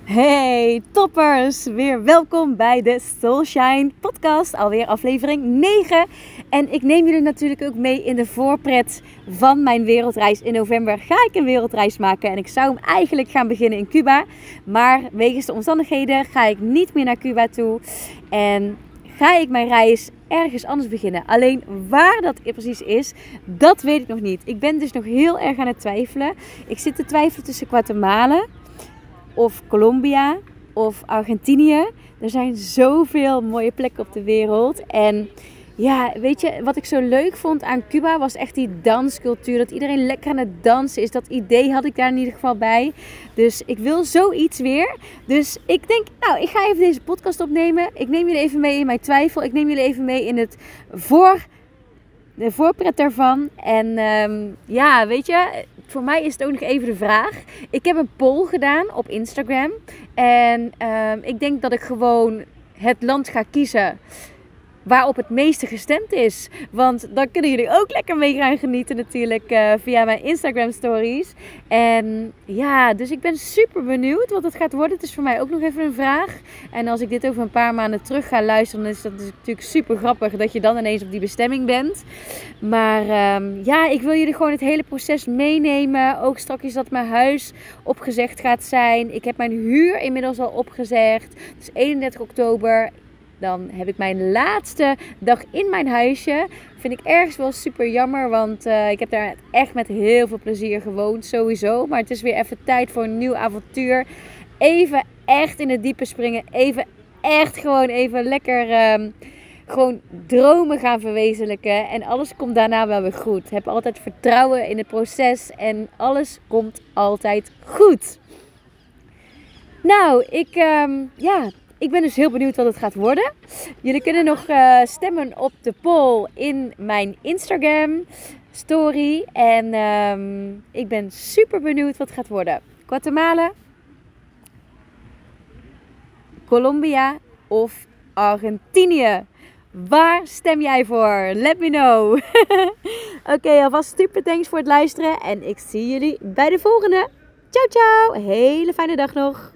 Hey toppers, weer welkom bij de Soulshine podcast, alweer aflevering 9. En ik neem jullie natuurlijk ook mee in de voorpret van mijn wereldreis. In november ga ik een wereldreis maken en ik zou hem eigenlijk gaan beginnen in Cuba. Maar wegens de omstandigheden ga ik niet meer naar Cuba toe en ga ik mijn reis ergens anders beginnen. Alleen waar dat precies is, dat weet ik nog niet. Ik ben dus nog heel erg aan het twijfelen. Ik zit te twijfelen tussen Guatemala of Colombia of Argentinië. Er zijn zoveel mooie plekken op de wereld. En ja, weet je, wat ik zo leuk vond aan Cuba was echt die danscultuur. Dat iedereen lekker aan het dansen is. Dat idee had ik daar in ieder geval bij. Dus ik wil zoiets weer. Dus ik denk, ik ga even deze podcast opnemen. Ik neem jullie even mee in mijn twijfel. Ik neem jullie even mee in de voorpret daarvan. En weet je, voor mij is het ook nog even de vraag. Ik heb een poll gedaan op Instagram. En ik denk dat ik gewoon het land ga kiezen waarop het meeste gestemd is. Want dan kunnen jullie ook lekker mee gaan genieten natuurlijk via mijn Instagram stories. En ja, dus ik ben super benieuwd wat het gaat worden. Het is voor mij ook nog even een vraag. En als ik dit over een paar maanden terug ga luisteren, dan is dat dus natuurlijk super grappig dat je dan ineens op die bestemming bent. Maar ik wil jullie gewoon het hele proces meenemen. Ook straks dat mijn huis opgezegd gaat zijn. Ik heb mijn huur inmiddels al opgezegd. Dus 31 oktober. Dan heb ik mijn laatste dag in mijn huisje. Vind ik ergens wel super jammer. Want ik heb daar echt met heel veel plezier gewoond. Sowieso. Maar het is weer even tijd voor een nieuw avontuur. Even echt in het diepe springen. Even echt gewoon even lekker gewoon dromen gaan verwezenlijken. En alles komt daarna wel weer goed. Heb altijd vertrouwen in het proces. En alles komt altijd goed. Nou, ik ben dus heel benieuwd wat het gaat worden. Jullie kunnen nog stemmen op de poll in mijn Instagram story. En ik ben super benieuwd wat het gaat worden. Guatemala, Colombia of Argentinië? Waar stem jij voor? Let me know. Oké, alvast super thanks voor het luisteren. En ik zie jullie bij de volgende. Ciao, ciao. Hele fijne dag nog.